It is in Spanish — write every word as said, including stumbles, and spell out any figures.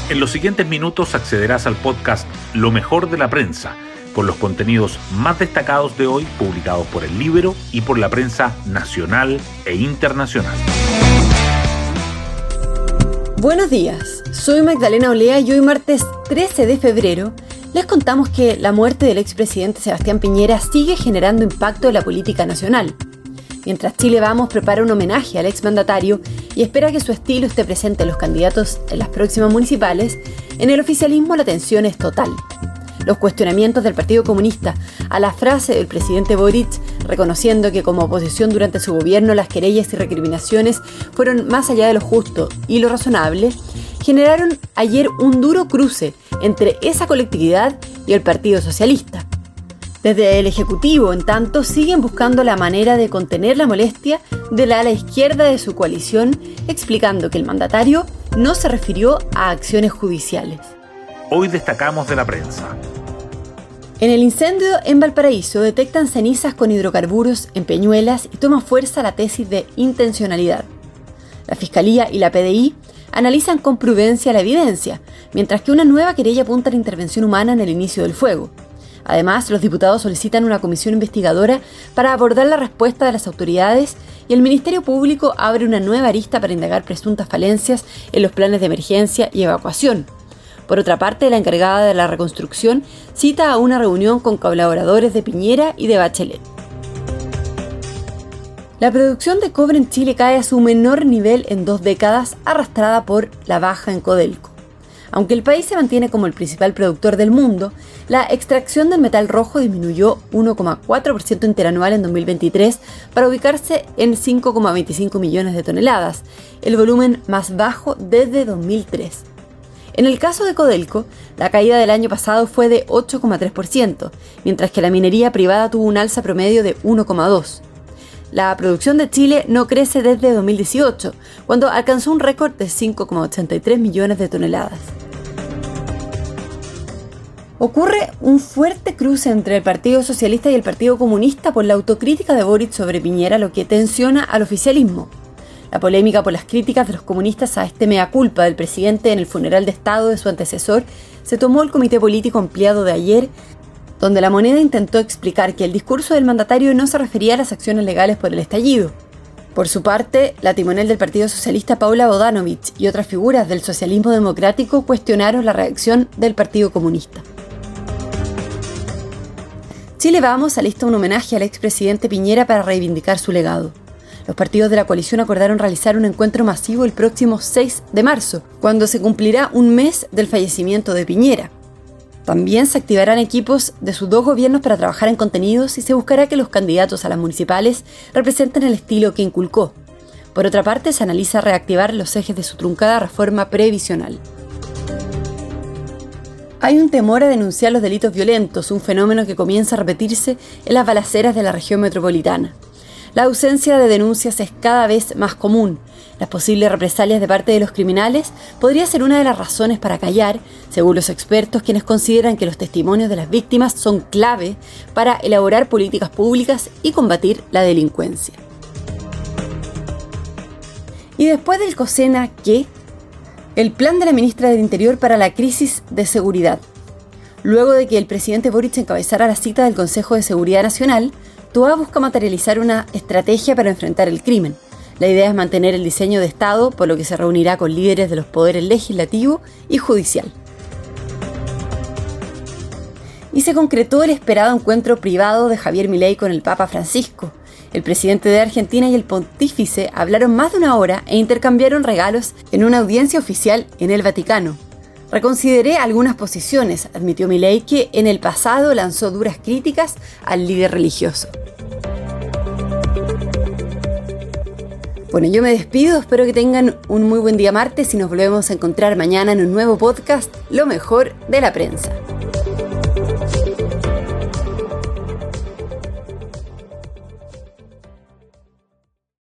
En los siguientes minutos accederás al podcast Lo mejor de la prensa, con los contenidos más destacados de hoy publicados por El Líbero y por la prensa nacional e internacional. Buenos días, soy Magdalena Olea y hoy martes trece de febrero les contamos que la muerte del expresidente Sebastián Piñera sigue generando impacto en la política nacional. Mientras Chile Vamos prepara un homenaje al exmandatario y espera que su estilo esté presente en los candidatos en las próximas municipales, en el oficialismo la tensión es total. Los cuestionamientos del Partido Comunista a la frase del presidente Boric, reconociendo que como oposición durante su gobierno las querellas y recriminaciones fueron más allá de lo justo y lo razonable, generaron ayer un duro cruce entre esa colectividad y el Partido Socialista. Desde el Ejecutivo, en tanto, siguen buscando la manera de contener la molestia de la ala izquierda de su coalición, explicando que el mandatario no se refirió a acciones judiciales. Hoy destacamos de la prensa. En el incendio en Valparaíso detectan cenizas con hidrocarburos en Peñuelas y toma fuerza la tesis de intencionalidad. La Fiscalía y la P D I analizan con prudencia la evidencia, mientras que una nueva querella apunta a la intervención humana en el inicio del fuego. Además, los diputados solicitan una comisión investigadora para abordar la respuesta de las autoridades y el Ministerio Público abre una nueva arista para indagar presuntas falencias en los planes de emergencia y evacuación. Por otra parte, la encargada de la reconstrucción cita a una reunión con colaboradores de Piñera y de Bachelet. La producción de cobre en Chile cae a su menor nivel en dos décadas, arrastrada por la baja en Codelco. Aunque el país se mantiene como el principal productor del mundo, la extracción del metal rojo disminuyó uno coma cuatro por ciento interanual en dos mil veintitrés para ubicarse en cinco coma veinticinco millones de toneladas, el volumen más bajo desde dos mil tres. En el caso de Codelco, la caída del año pasado fue de ocho coma tres por ciento, mientras que la minería privada tuvo un alza promedio de uno coma dos por ciento. La producción de Chile no crece desde dos mil dieciocho, cuando alcanzó un récord de cinco coma ochenta y tres millones de toneladas. Ocurre un fuerte cruce entre el Partido Socialista y el Partido Comunista por la autocrítica de Boric sobre Piñera, lo que tensiona al oficialismo. La polémica por las críticas de los comunistas a este mea culpa del presidente en el funeral de Estado de su antecesor se tomó el comité político ampliado de ayer, donde La Moneda intentó explicar que el discurso del mandatario no se refería a las acciones legales por el estallido. Por su parte, la timonel del Partido Socialista, Paula Bodanovich, y otras figuras del socialismo democrático cuestionaron la reacción del Partido Comunista. Chile Vamos alista un homenaje al expresidente Piñera para reivindicar su legado. Los partidos de la coalición acordaron realizar un encuentro masivo el próximo seis de marzo, cuando se cumplirá un mes del fallecimiento de Piñera. También se activarán equipos de sus dos gobiernos para trabajar en contenidos y se buscará que los candidatos a las municipales representen el estilo que inculcó. Por otra parte, se analiza reactivar los ejes de su truncada reforma previsional. Hay un temor a denunciar los delitos violentos, un fenómeno que comienza a repetirse en las balaceras de la región metropolitana. La ausencia de denuncias es cada vez más común. Las posibles represalias de parte de los criminales podría ser una de las razones para callar, según los expertos, quienes consideran que los testimonios de las víctimas son clave para elaborar políticas públicas y combatir la delincuencia. Y después del COSENA, ¿qué? El plan de la ministra del Interior para la crisis de seguridad. Luego de que el presidente Boric encabezara la cita del Consejo de Seguridad Nacional, TOA busca materializar una estrategia para enfrentar el crimen. La idea es mantener el diseño de Estado, por lo que se reunirá con líderes de los poderes legislativo y judicial. Y se concretó el esperado encuentro privado de Javier Milei con el Papa Francisco. El presidente de Argentina y el pontífice hablaron más de una hora e intercambiaron regalos en una audiencia oficial en el Vaticano. Reconsideré algunas posiciones, admitió Milei, que en el pasado lanzó duras críticas al líder religioso. Bueno, yo me despido, espero que tengan un muy buen día martes y nos volvemos a encontrar mañana en un nuevo podcast, Lo mejor de la prensa.